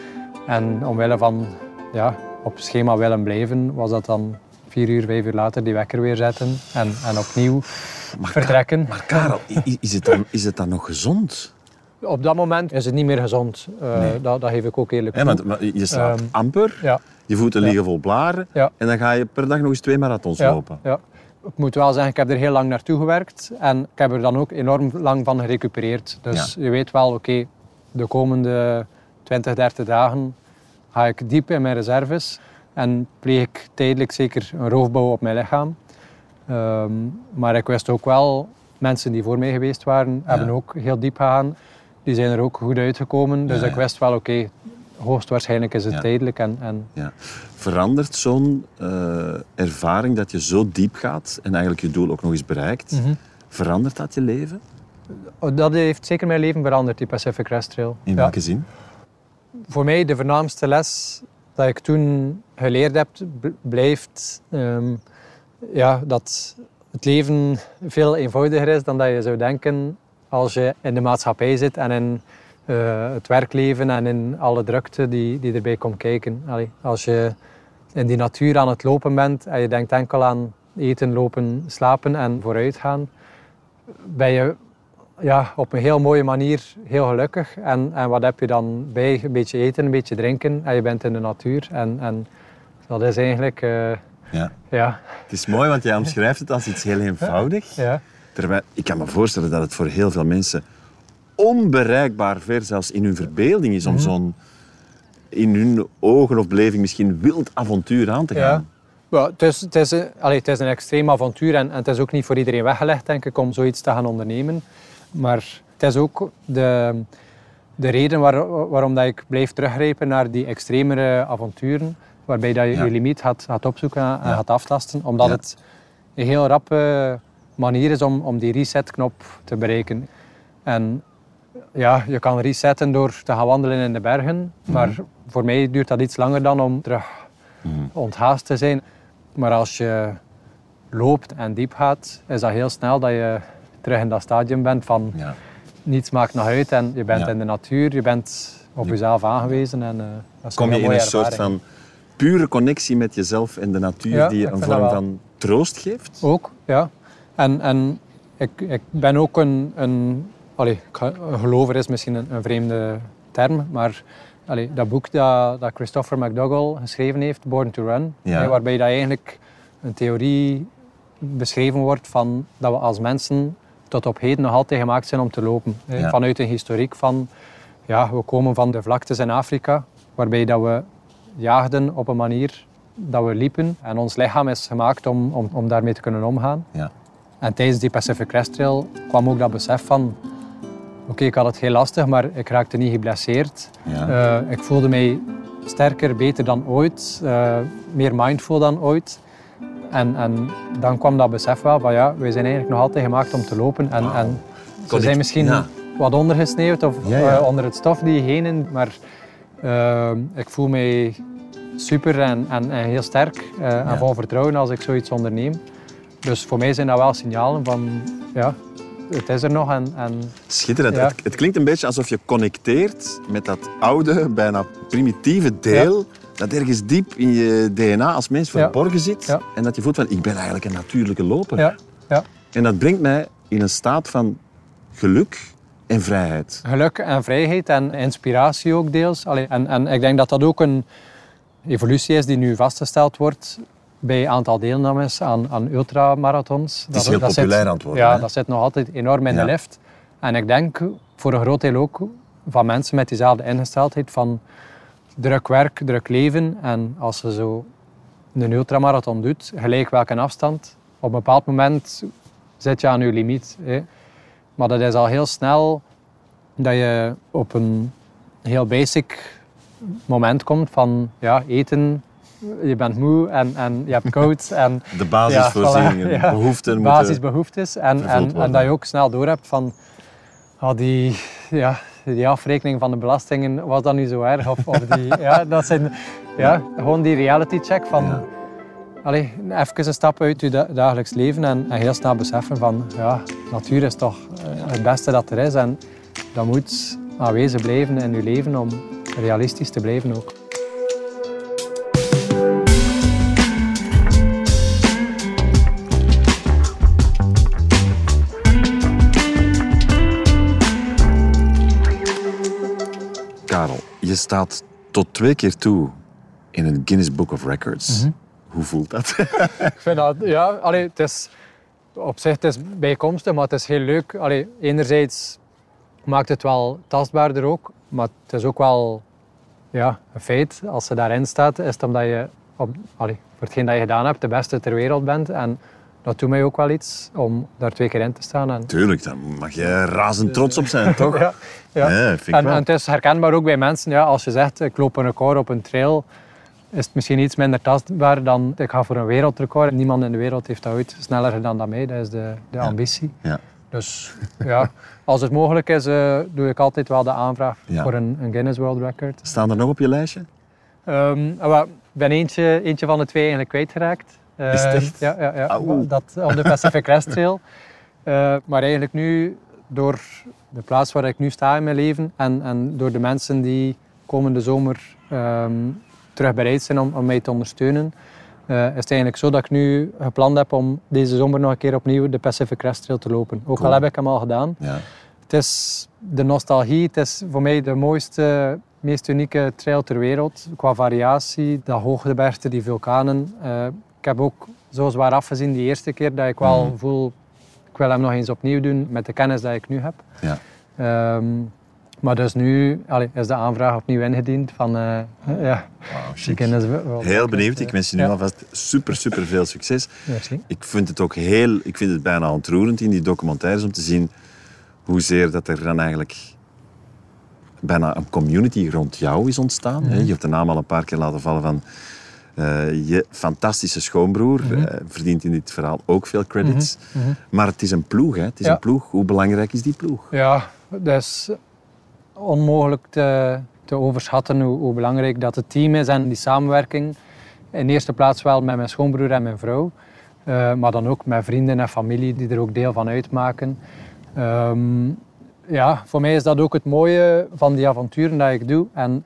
En omwille van ja, op schema willen blijven, was dat dan vier uur, vijf uur later die wekker weer zetten. En, en opnieuw Maar, vertrekken. maar Karel, i- is het, dan, is het dan nog gezond? Op dat moment is het niet meer gezond. Uh, Nee. dat, dat geef ik ook eerlijk Hè, toe. want maar je slaapt Ehm, amper, Ja. je voeten Ja. liggen vol blaren Ja. en dan ga je per dag nog eens twee marathons Ja, lopen. ja. Ik moet wel zeggen, ik heb er heel lang naartoe gewerkt en ik heb er dan ook enorm lang van gerecupereerd. Dus je weet wel, oké, de komende twintig, dertig dagen ga ik diep in mijn reserves en pleeg ik tijdelijk zeker een roofbouw op mijn lichaam. Ehm, maar ik wist ook wel, mensen die voor mij geweest waren, Ja. hebben ook heel diep gegaan. Die zijn er ook goed uitgekomen. Dus Ja, ik ja. wist wel, oké, hoogstwaarschijnlijk is het Ja. tijdelijk. En, en Ja. Verandert zo'n eh, ervaring dat je zo diep gaat en eigenlijk je doel ook nog eens bereikt, Mhm. verandert dat je leven? Dat heeft zeker mijn leven veranderd, die Pacific Crest Trail. In Ja. welke zin? Voor mij de voornaamste les dat ik toen geleerd heb, b- blijft um, ja, dat het leven veel eenvoudiger is dan dat je zou denken als je in de maatschappij zit en in uh, het werkleven en in alle drukte die, die erbij komt kijken. Allee, als je in die natuur aan het lopen bent en je denkt enkel aan eten, lopen, slapen en vooruitgaan, ben je ja, op een heel mooie manier heel gelukkig. En, en wat heb je dan bij? Een beetje eten, een beetje drinken en je bent in de natuur. En, en dat is eigenlijk... Uh, Ja. ja. Het is mooi, want jij omschrijft het als iets heel eenvoudig. Ja. Terwijl, ik kan me voorstellen dat het voor heel veel mensen onbereikbaar ver, zelfs in hun verbeelding is, om mm. zo'n in hun ogen of beleving misschien wild avontuur aan te gaan. Ja. Ja, het, is, het, is, allee, het is een extreem avontuur en, en het is ook niet voor iedereen weggelegd, denk ik, om zoiets te gaan ondernemen. Maar het is ook de, de reden waar, waarom dat ik blijf teruggrijpen naar die extremere avonturen, waarbij dat je ja. je limiet gaat, gaat opzoeken en ja. gaat aftasten, omdat ja. het een heel rappe manier is om, om die resetknop te bereiken. En ja, je kan resetten door te gaan wandelen in de bergen, maar mm. voor mij duurt dat iets langer dan om terug mm. onthaast te zijn. Maar als je loopt en diep gaat, is dat heel snel dat je terug in dat stadium bent van ja. niets maakt nog uit en je bent ja. in de natuur, je bent op jezelf aangewezen. En, uh, dat is Kom een je in een ervaring. soort van pure connectie met jezelf en de natuur ja, die je een vorm van troost geeft? Ook, ja. En, en ik, ik ben ook een... een allee, een gelover is misschien een, een vreemde term, maar allee, dat boek dat, dat Christopher McDougall geschreven heeft, Born to Run, ja. hè, waarbij dat eigenlijk een theorie beschreven wordt van dat we als mensen tot op heden nog altijd gemaakt zijn om te lopen. Ja. Vanuit een historiek van, ja, we komen van de vlaktes in Afrika, waarbij dat we jaagden op een manier dat we liepen. En ons lichaam is gemaakt om, om, om daarmee te kunnen omgaan. Ja. En tijdens die Pacific Crest Trail kwam ook dat besef van, oké, okay, ik had het heel lastig, maar ik raakte niet geblesseerd. Ja. Uh, ik voelde mij sterker, beter dan ooit, uh, meer mindful dan ooit. En, en dan kwam dat besef wel van ja, wij zijn eigenlijk nog altijd gemaakt om te lopen. En, wow. en ze zijn misschien ja. wat ondergesneeuwd of ja, ja. Uh, onder het stof, die genen, maar uh, ik voel mij super en, en, en heel sterk uh, ja. en vol vertrouwen als ik zoiets onderneem. Dus voor mij zijn dat wel signalen van ja, het is er nog. En, en, Schitterend. ja. Het, het klinkt een beetje alsof je connecteert met dat oude, bijna primitieve deel ja. dat ergens diep in je D N A als mens verborgen ja. zit. Ja. En dat je voelt van, ik ben eigenlijk een natuurlijke loper. Ja. Ja. En dat brengt mij in een staat van geluk en vrijheid. Geluk en vrijheid en inspiratie ook deels. Allee, en, en ik denk dat dat ook een evolutie is die nu vastgesteld wordt bij een aantal deelnemers aan, aan ultramarathons. Het is heel dat populair zit, aan het worden. Ja, hè? dat zit nog altijd enorm in ja. de lift. En ik denk voor een groot deel ook van mensen met diezelfde ingesteldheid van druk werk, druk leven. En als je zo een ultramarathon doet, gelijk welke afstand, op een bepaald moment zit je aan je limiet. Hè. Maar dat is al heel snel dat je op een heel basic moment komt van ja, eten, je bent moe en, en je hebt koud. En, de basisvoorzieningen, ja, voilà, ja, behoeften. basisbehoeftes. En, en, en dat je ook snel doorhebt van oh, die, ja, die afrekening van de belastingen, was dat nu zo erg? Of, of die, ja, dat zijn ja, gewoon die reality check van ja. allee, even een stap uit je dagelijks leven en, en heel snel beseffen van ja, natuur is toch het beste dat er is. En dat moet aanwezig blijven in je leven om realistisch te blijven ook. Karel, je staat tot twee keer toe in een Guinness Book of Records. Mm-hmm. Hoe voelt dat? Ik vind dat, ja, allee, het is op zich het is bijkomstig, maar het is heel leuk. Allee, enerzijds maakt het wel tastbaarder ook, maar het is ook wel ja, een feit. Als je daarin staat, is het omdat je op, allee, voor hetgeen dat je gedaan hebt de beste ter wereld bent. En dat doet mij ook wel iets om daar twee keer in te staan. En tuurlijk, daar mag je razend trots op zijn, toch? ja, ja. ja vind ik en, wel. en het is herkenbaar ook bij mensen. Ja, als je zegt, ik loop een record op een trail, is het misschien iets minder tastbaar dan ik ga voor een wereldrecord. Niemand in de wereld heeft dat ooit sneller gedaan dan mij. Dat is de, de ja. ambitie. Ja. Dus ja, als het mogelijk is, uh, doe ik altijd wel de aanvraag ja. voor een, een Guinness World Record. Staan er nog op je lijstje? Um, well, ik ben eentje, eentje van de twee eigenlijk kwijtgeraakt. Uh, is het echt? Ja, ja, ja. Dat, op de Pacific Crest Trail. Uh, maar eigenlijk nu, door de plaats waar ik nu sta in mijn leven en, en door de mensen die komende zomer um, terug bereid zijn om, om mij te ondersteunen, uh, is het eigenlijk zo dat ik nu gepland heb om deze zomer nog een keer opnieuw de Pacific Crest Trail te lopen. Ook cool. Al heb ik hem al gedaan. Ja. Het is de nostalgie, het is voor mij de mooiste, meest unieke trail ter wereld. Qua variatie, dat hoogtebergte, die vulkanen. Uh, ik heb ook zo zwaar afgezien die eerste keer dat ik wel mm. voel, ik wil hem nog eens opnieuw doen met de kennis die ik nu heb. Ja. Um, maar dus nu allee, is de aanvraag opnieuw ingediend van uh, uh, ja. Wow, kennis wel heel benieuwd. Ik wens je nu ja. alvast super, super veel succes. Merci. Ik vind het ook heel, ik vind het bijna ontroerend in die documentaires om te zien hoezeer dat er dan eigenlijk bijna een community rond jou is ontstaan. Mm-hmm. Je hebt de naam al een paar keer laten vallen van uh, je fantastische schoonbroer. Mm-hmm. Uh, verdient in dit verhaal ook veel credits. Mm-hmm. Maar het is een ploeg. Hè? Het is ja. een ploeg. Hoe belangrijk is die ploeg? Ja, dat is onmogelijk te, te overschatten hoe, hoe belangrijk dat het team is en die samenwerking. In de eerste plaats wel met mijn schoonbroer en mijn vrouw. Uh, maar dan ook met vrienden en familie die er ook deel van uitmaken. Um, ja, voor mij is dat ook het mooie van die avonturen dat ik doe. En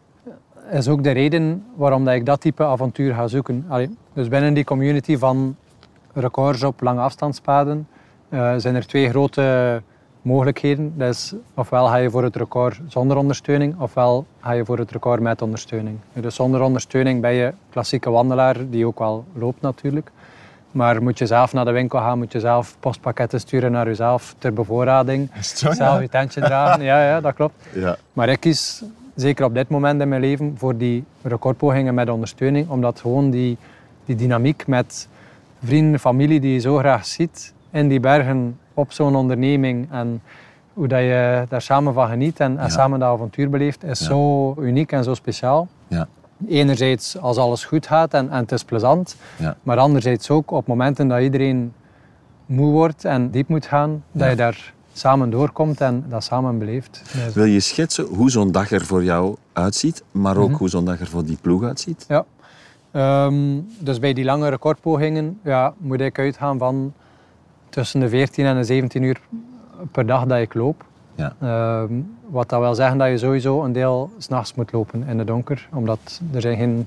is ook de reden waarom dat ik dat type avontuur ga zoeken. Allee, dus binnen die community van records op lange afstandspaden uh, zijn er twee grote mogelijkheden. Dat is, ofwel ga je voor het record zonder ondersteuning, ofwel ga je voor het record met ondersteuning. Dus zonder ondersteuning ben je klassieke wandelaar, die ook wel loopt natuurlijk. Maar moet je zelf naar de winkel gaan, moet je zelf postpakketten sturen naar jezelf ter bevoorrading. Zo, zelf ja? je tentje dragen. Ja, ja, dat klopt. Ja. Maar ik kies, zeker op dit moment in mijn leven, voor die recordpogingen met ondersteuning. Omdat gewoon die, die dynamiek met vrienden, familie die je zo graag ziet in die bergen op zo'n onderneming en hoe dat je daar samen van geniet en, en ja. samen dat avontuur beleeft, is ja. zo uniek en zo speciaal. Ja. Enerzijds als alles goed gaat en, en het is plezant, ja. maar anderzijds ook op momenten dat iedereen moe wordt en diep moet gaan, dat ja. je daar samen doorkomt en dat samen beleeft. Dus wil je schetsen hoe zo'n dag er voor jou uitziet, maar ook mm-hmm. hoe zo'n dag er voor die ploeg uitziet? Ja. Um, dus bij die lange recordpogingen ja, moet ik uitgaan van tussen de veertien en de zeventien uur per dag dat ik loop. Ja. Uh, wat dat wil zeggen dat je sowieso een deel 's nachts moet lopen in het donker. Omdat er zijn geen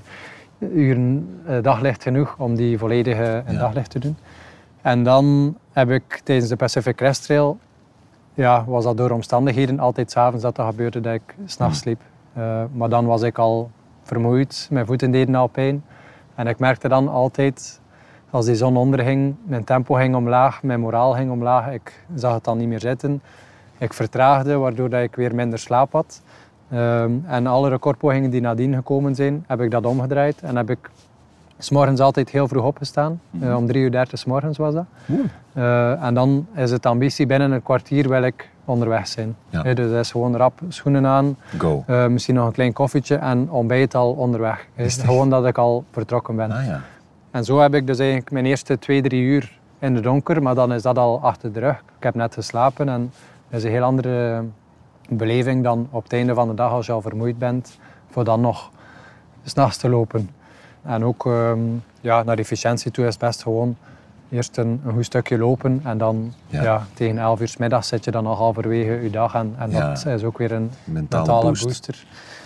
uren uh, daglicht genoeg om die volledige in ja. daglicht te doen. En dan heb ik tijdens de Pacific Crest Trail, ja, was dat door omstandigheden altijd 's avonds dat dat gebeurde dat ik 's nachts sliep. Uh, maar dan was ik al vermoeid, mijn voeten deden al pijn. En ik merkte dan altijd, als die zon onderging, mijn tempo ging omlaag, mijn moraal ging omlaag. Ik zag het dan niet meer zitten. Ik vertraagde, waardoor dat ik weer minder slaap had. Um, en alle recordpogingen die nadien gekomen zijn, heb ik dat omgedraaid. En heb ik 's morgens altijd heel vroeg opgestaan. Mm-hmm. Uh, om drie uur dertig 's morgens was dat. Uh, en dan is het ambitie, binnen een kwartier wil ik onderweg zijn. Ja. Uh, dus dat is gewoon rap schoenen aan. Go. Uh, misschien nog een klein koffietje en ontbijt al onderweg. Uh, gewoon dat ik al vertrokken ben. Ah, ja. En zo heb ik dus eigenlijk mijn eerste twee, drie uur in het donker, maar dan is dat al achter de rug. Ik heb net geslapen en dat is een heel andere beleving dan op het einde van de dag als je al vermoeid bent, voor dan nog 's nachts te lopen. En ook um, ja, naar efficiëntie toe is het best gewoon eerst een, een goed stukje lopen en dan ja. Ja, tegen elf uur 's middags zit je dan al halverwege je dag en, en ja. dat is ook weer een mentale, mentale boost. booster.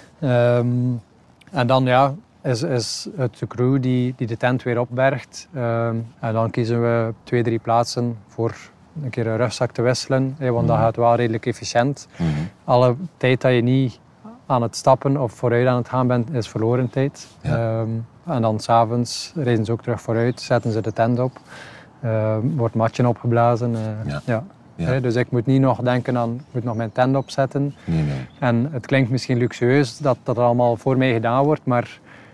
Um, en dan ja, is, is het de crew die, die de tent weer opbergt. Um, en dan kiezen we twee, drie plaatsen voor een keer een rugzak te wisselen, hè, want mm. dat gaat wel redelijk efficiënt. Mm-hmm. Alle tijd dat je niet aan het stappen of vooruit aan het gaan bent, is verloren tijd. Ja. Um, en dan s'avonds reizen ze ook terug vooruit, zetten ze de tent op, uh, wordt matje opgeblazen. Uh, ja. Ja. Ja. Hè, dus ik moet niet nog denken aan, ik moet nog mijn tent opzetten. Nee, nee. En het klinkt misschien luxueus dat dat allemaal voor mij gedaan wordt, maar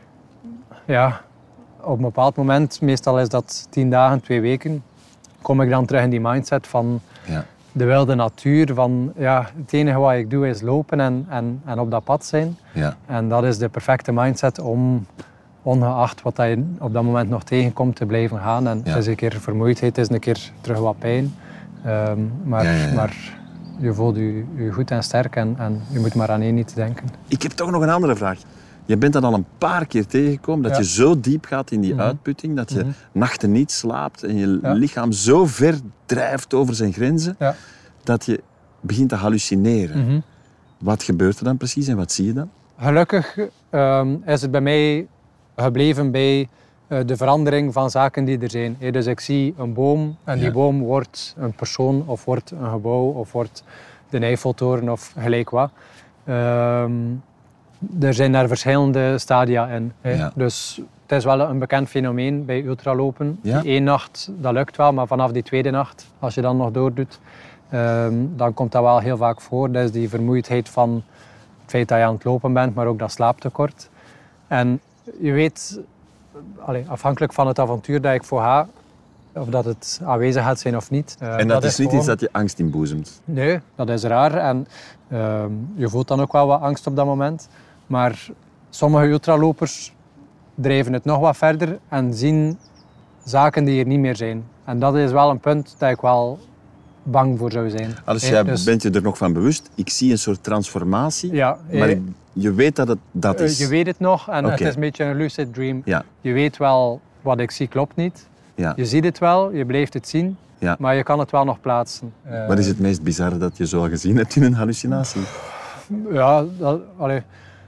ja, op een bepaald moment, meestal is dat tien dagen, twee weken, kom ik dan terug in die mindset van ja. de wilde natuur. Van, ja, het enige wat ik doe is lopen en, en, en op dat pad zijn. Ja. En dat is de perfecte mindset om, ongeacht wat je op dat moment nog tegenkomt, te blijven gaan. En ja. het is een keer vermoeidheid, het is een keer terug wat pijn. Um, maar, Ja, ja, ja. maar je voelt je, je goed en sterk en, en je moet maar aan één niet denken. Ik heb toch nog een andere vraag. Je bent dat al een paar keer tegengekomen, dat Ja. je zo diep gaat in die Mm-hmm. uitputting, dat je Mm-hmm. nachten niet slaapt en je Ja. lichaam zo ver drijft over zijn grenzen, Ja. dat je begint te hallucineren. Mm-hmm. Wat gebeurt er dan precies en wat zie je dan? Gelukkig um, is het bij mij gebleven bij uh, de verandering van zaken die er zijn. Hey, dus ik zie een boom en die Ja. boom wordt een persoon of wordt een gebouw of wordt de Eiffeltoren of gelijk wat. Um, er zijn daar verschillende stadia in. Hey. Ja. Dus het is wel een bekend fenomeen bij ultralopen. Ja. Die één nacht, dat lukt wel, maar vanaf die tweede nacht, als je dan nog doordoet, um, dan komt dat wel heel vaak voor. Dat is die vermoeidheid van het feit dat je aan het lopen bent, maar ook dat slaaptekort. En je weet, allez, afhankelijk van het avontuur dat ik voor ga, of dat het aanwezig gaat zijn of niet. Uh, En dat, is niet gewoon- iets dat je angst inboezemt. Nee, dat is raar. En uh, je voelt dan ook wel wat angst op dat moment. Maar sommige ultralopers drijven het nog wat verder en zien zaken die er niet meer zijn. En dat is wel een punt dat ik wel bang voor zou zijn. Als Hey, jij dus- bent je er nog van bewust, ik zie een soort transformatie, Ja, maar eh, ik- je weet dat het dat Eh, is. Je weet het nog en Oké. het is een beetje een lucid dream. Ja, Je weet wel, wat ik zie klopt niet. ja. Je ziet het wel, je blijft het zien, Ja. maar je kan het wel nog plaatsen. Eh, Wat is het meest bizarre dat je zo al gezien hebt in een hallucinatie? Ja, dat, allee,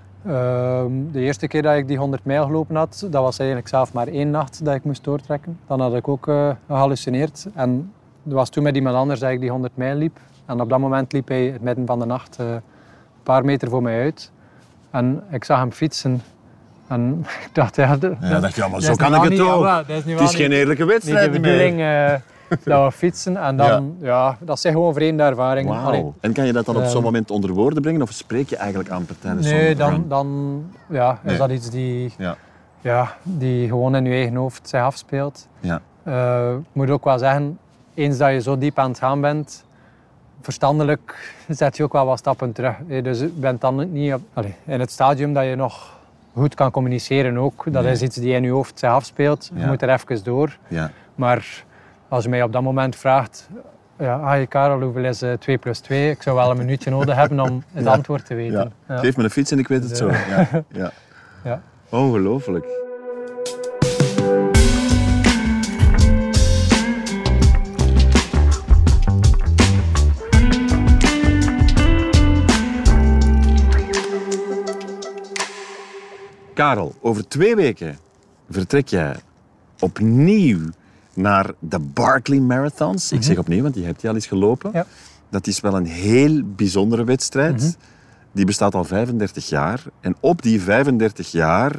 ehm, de eerste keer dat ik die honderd mijl gelopen had, dat was eigenlijk zelf maar één nacht dat ik moest doortrekken. Dan had ik ook uh, gehallucineerd. En het was toen met iemand anders dat ik die honderd mijl liep. En op dat moment liep hij in het midden van de nacht uh, een paar meter voor mij uit. En ik zag hem fietsen. En ik dacht, ja, de, Ja, dacht je, ja, maar dat zo is kan nu ik wel het niet- ook. ja, dat is nu Het wel is geen niet- eerlijke niet wedstrijd de meer. bedoeling uh, dat we fietsen. En dan, ja. dat zijn gewoon vreemde ervaringen. Allee, Wauw. En kan je dat dan op Ehm, zo'n moment onder woorden brengen of spreek je eigenlijk amper tijdens nee, zo'n dan, run? dan ja, is Nee. dat iets die, Ja, ja, die gewoon in je eigen hoofd zich afspeelt. ja. Uh, ik moet ook wel zeggen, eens dat je zo diep aan het gaan bent, verstandelijk zet je ook wel wat stappen terug. Hè. Dus je bent dan niet op, allez, in het stadium dat je nog goed kan communiceren ook. Dat Nee. is iets die in je hoofd zich afspeelt. Je Ja. moet er even door. ja. Maar als je mij op dat moment vraagt, ja, hi Karel, hoeveel is uh, twee plus twee? Ik zou wel een minuutje nodig hebben om het Ja. antwoord te weten. Ja. Ja. Geef me een fiets en ik weet het zo. Ja. Ja. Ja. Ongelooflijk. Karel, over twee weken vertrek jij opnieuw naar de Barkley Marathons. Ik zeg opnieuw, want die hebt je al eens gelopen. Ja. Dat is wel een heel bijzondere wedstrijd. Mhm. Die bestaat al vijfendertig jaar. En op die vijfendertig jaar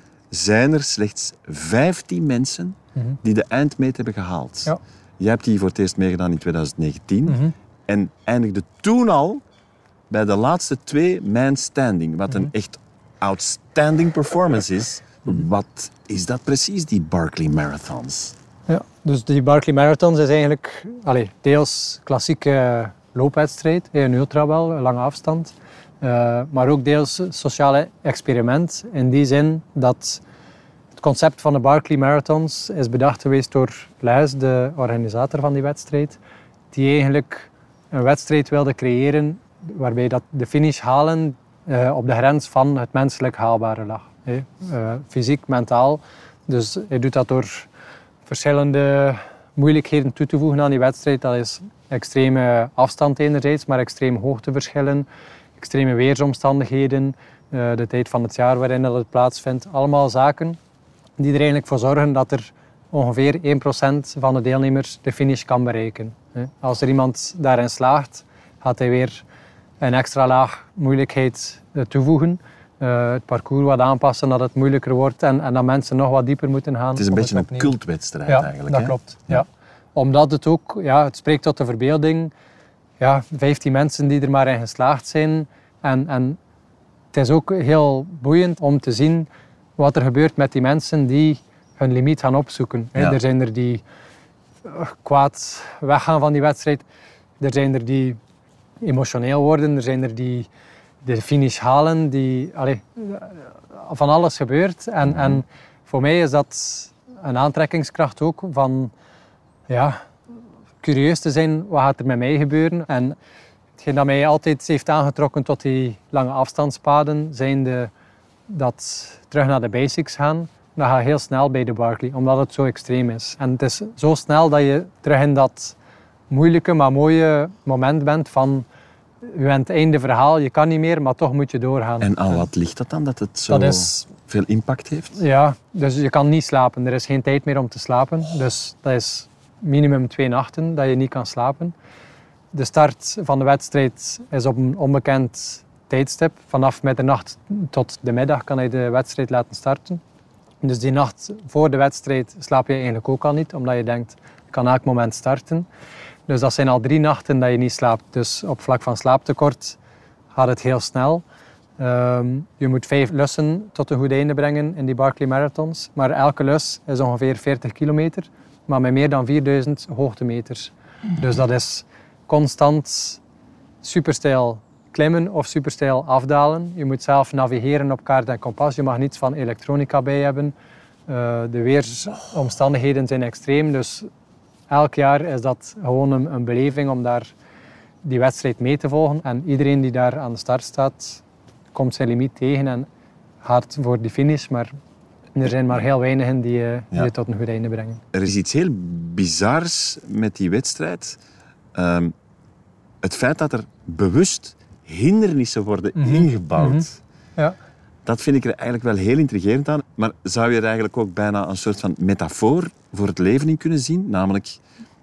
zijn er slechts vijftien mensen Mhm. die de eindmeet hebben gehaald. Ja. Jij hebt die voor het eerst meegedaan in twintig negentien. Mhm. En eindigde toen al bij de laatste twee man standing. Wat Mhm. een echt outstanding performance is. Wat is dat precies, die Barkley Marathons? Ja, dus die Barkley Marathons is eigenlijk allez, deels klassieke loopwedstrijd, een ultra wel, een lange afstand. Uh, maar ook deels sociale experiment. In die zin dat het concept van de Barkley Marathons is bedacht geweest door Luijs, de organisator van die wedstrijd, die eigenlijk een wedstrijd wilde creëren waarbij dat de finish halen uh, op de grens van het menselijk haalbare lag. Hè. Uh, fysiek, mentaal. Dus hij doet dat door verschillende moeilijkheden toe te voegen aan die wedstrijd. Dat is extreme afstand enerzijds, maar extreme hoogteverschillen, extreme weersomstandigheden, uh, de tijd van het jaar waarin dat het plaatsvindt. Allemaal zaken die er eigenlijk voor zorgen dat er ongeveer één procent van de deelnemers de finish kan bereiken. Als er iemand daarin slaagt, gaat hij weer een extra laag moeilijkheid toevoegen. Uh, het parcours wat aanpassen, dat het moeilijker wordt en, en dat mensen nog wat dieper moeten gaan. Het is een om beetje het een opnieuw- cultwedstrijd ja, eigenlijk. dat hè? klopt. Ja. Ja. Omdat het ook, ja, het spreekt tot de verbeelding. Ja, vijftien mensen die er maar in geslaagd zijn. En, en het is ook heel boeiend om te zien wat er gebeurt met die mensen die hun limiet gaan opzoeken. Ja. Er zijn er die uh, kwaad weggaan van die wedstrijd. Er zijn er die emotioneel worden. Er zijn er die de finish halen. Die, allee, van alles gebeurt. En, Mm-hmm. en voor mij is dat een aantrekkingskracht ook van... Ja, ik curieus te zijn, wat gaat er met mij gebeuren? En hetgeen dat mij altijd heeft aangetrokken tot die lange afstandspaden, zijn de, dat terug naar de basics gaan. Dat gaat heel snel bij de Barkley, omdat het zo extreem is. En het is zo snel dat je terug in dat moeilijke, maar mooie moment bent van je bent het einde verhaal, je kan niet meer, maar toch moet je doorgaan. En aan wat ligt dat dan, dat het zo dat is, veel impact heeft? Ja, dus je kan niet slapen. Er is geen tijd meer om te slapen. Dus dat is minimum twee nachten dat je niet kan slapen. De start van de wedstrijd is op een onbekend tijdstip. Vanaf middernacht tot de middag kan je de wedstrijd laten starten. Dus die nacht voor de wedstrijd slaap je eigenlijk ook al niet, omdat je denkt, ik kan elk moment starten. Dus dat zijn al drie nachten dat je niet slaapt. Dus op vlak van slaaptekort gaat het heel snel. Um, je moet vijf lussen tot een goed einde brengen in die Barkley Marathons. Maar elke lus is ongeveer veertig kilometer, maar met meer dan vierduizend hoogtemeters. Dus dat is constant superstijl klimmen of superstijl afdalen. Je moet zelf navigeren op kaart en kompas. Je mag niets van elektronica bij hebben. Uh, de weersomstandigheden zijn extreem, dus elk jaar is dat gewoon een, een beleving om daar die wedstrijd mee te volgen. En iedereen die daar aan de start staat, komt zijn limiet tegen en gaat voor die finish. Maar er zijn maar heel weinigen die, uh, die ja. het tot een goed einde brengen. Er is iets heel bizars met die wedstrijd. Um, het feit dat er bewust hindernissen worden mm-hmm. ingebouwd. Mm-hmm. Ja. Dat vind ik er eigenlijk wel heel intrigerend aan. Maar zou je er eigenlijk ook bijna een soort van metafoor voor het leven in kunnen zien? Namelijk,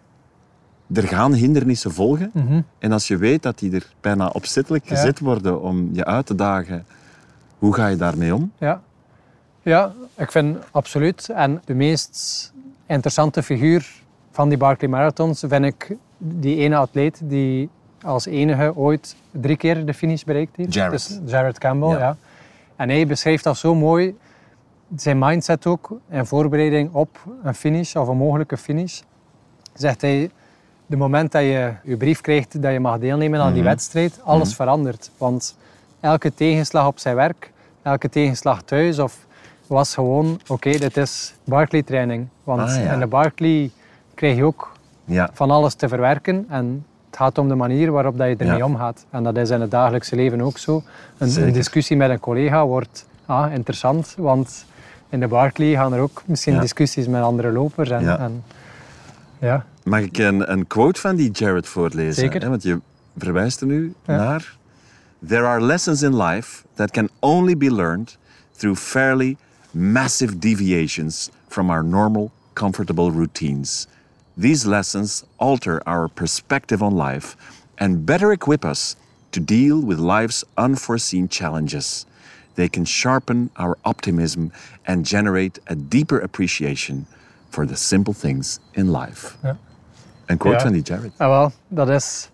er gaan hindernissen volgen. Mm-hmm. En als je weet dat die er bijna opzettelijk gezet ja. worden om je uit te dagen, hoe ga je daarmee om? Ja, ja ik vind absoluut. En de meest interessante figuur van die Barkley Marathons vind ik die ene atleet die als enige ooit drie keer de finish bereikt heeft. Jared. Dus Jared Campbell, ja. ja. En hij beschrijft dat zo mooi, zijn mindset ook, in voorbereiding op een finish of een mogelijke finish. Zegt hij, de moment dat je je brief krijgt dat je mag deelnemen aan die mm-hmm. wedstrijd, alles mm-hmm. verandert. Want elke tegenslag op zijn werk, elke tegenslag thuis, of was gewoon, oké, okay, dit is Barkley-training. Want ah, ja. in de Barkley krijg je ook ja. van alles te verwerken. En het gaat om de manier waarop dat je ermee ja. omgaat. En dat is in het dagelijkse leven ook zo. Een, een discussie met een collega wordt ah, interessant, want in de Barkley gaan er ook misschien ja. discussies met andere lopers. En, ja. En, ja. Mag ik een, een quote van die Jared voorlezen? Zeker. Hè? Want je verwijst er nu ja. naar. There are lessons in life that can only be learned through fairly massive deviations from our normal, comfortable routines. These lessons alter our perspective on life and better equip us to deal with life's unforeseen challenges. They can sharpen our optimism and generate a deeper appreciation for the simple things in life. Ja. Een quote ja. van die Jared. Ah, wel, dat is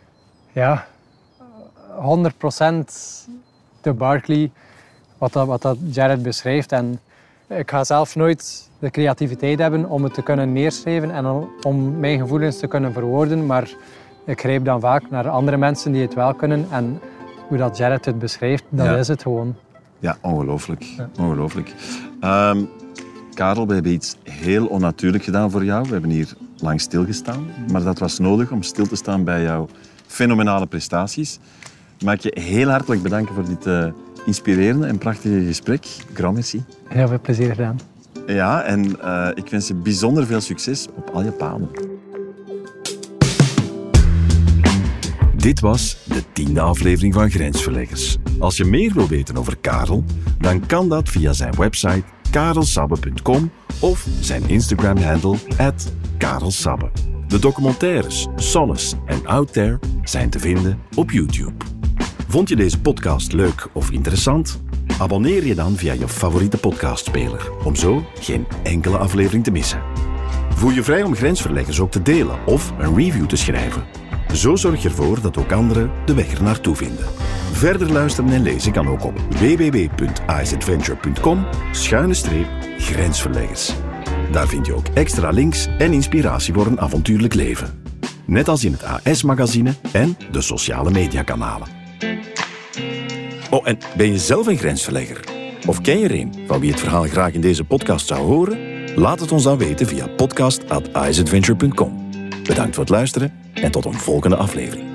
ja, honderd procent de Barkley, wat dat, wat dat Jared beschrijft. En ik ga zelf nooit de creativiteit hebben om het te kunnen neerschrijven en om mijn gevoelens te kunnen verwoorden, maar ik grijp dan vaak naar andere mensen die het wel kunnen. En hoe dat Jared het beschrijft, dat ja. is het gewoon. Ja, ongelooflijk. Ja. ongelooflijk. Um, Karel, we hebben iets heel onnatuurlijk gedaan voor jou. We hebben hier lang stilgestaan, maar dat was nodig om stil te staan bij jouw fenomenale prestaties. Mag ik je heel hartelijk bedanken voor dit uh, inspirerende en prachtige gesprek. Grand merci. Heel veel plezier gedaan. Ja, en uh, ik wens je bijzonder veel succes op al je paden. Dit was de tiende aflevering van Grensverleggers. Als je meer wil weten over Karel, dan kan dat via zijn website karelsabbe punt com of zijn Instagram-handle at karelsabbe. De documentaires Solace en Out There zijn te vinden op YouTube. Vond je deze podcast leuk of interessant? Abonneer je dan via je favoriete podcastspeler, om zo geen enkele aflevering te missen. Voel je vrij om Grensverleggers ook te delen of een review te schrijven. Zo zorg je ervoor dat ook anderen de weg er naartoe vinden. Verder luisteren en lezen kan ook op w w w punt iceadventure punt com schuine streep grensverleggers. Daar vind je ook extra links en inspiratie voor een avontuurlijk leven. Net als in het A S-magazine en de sociale mediakanalen. Oh, en ben je zelf een grensverlegger? Of ken je er een van wie het verhaal graag in deze podcast zou horen? Laat het ons dan weten via podcast at iceadventure punt com. Bedankt voor het luisteren en tot een volgende aflevering.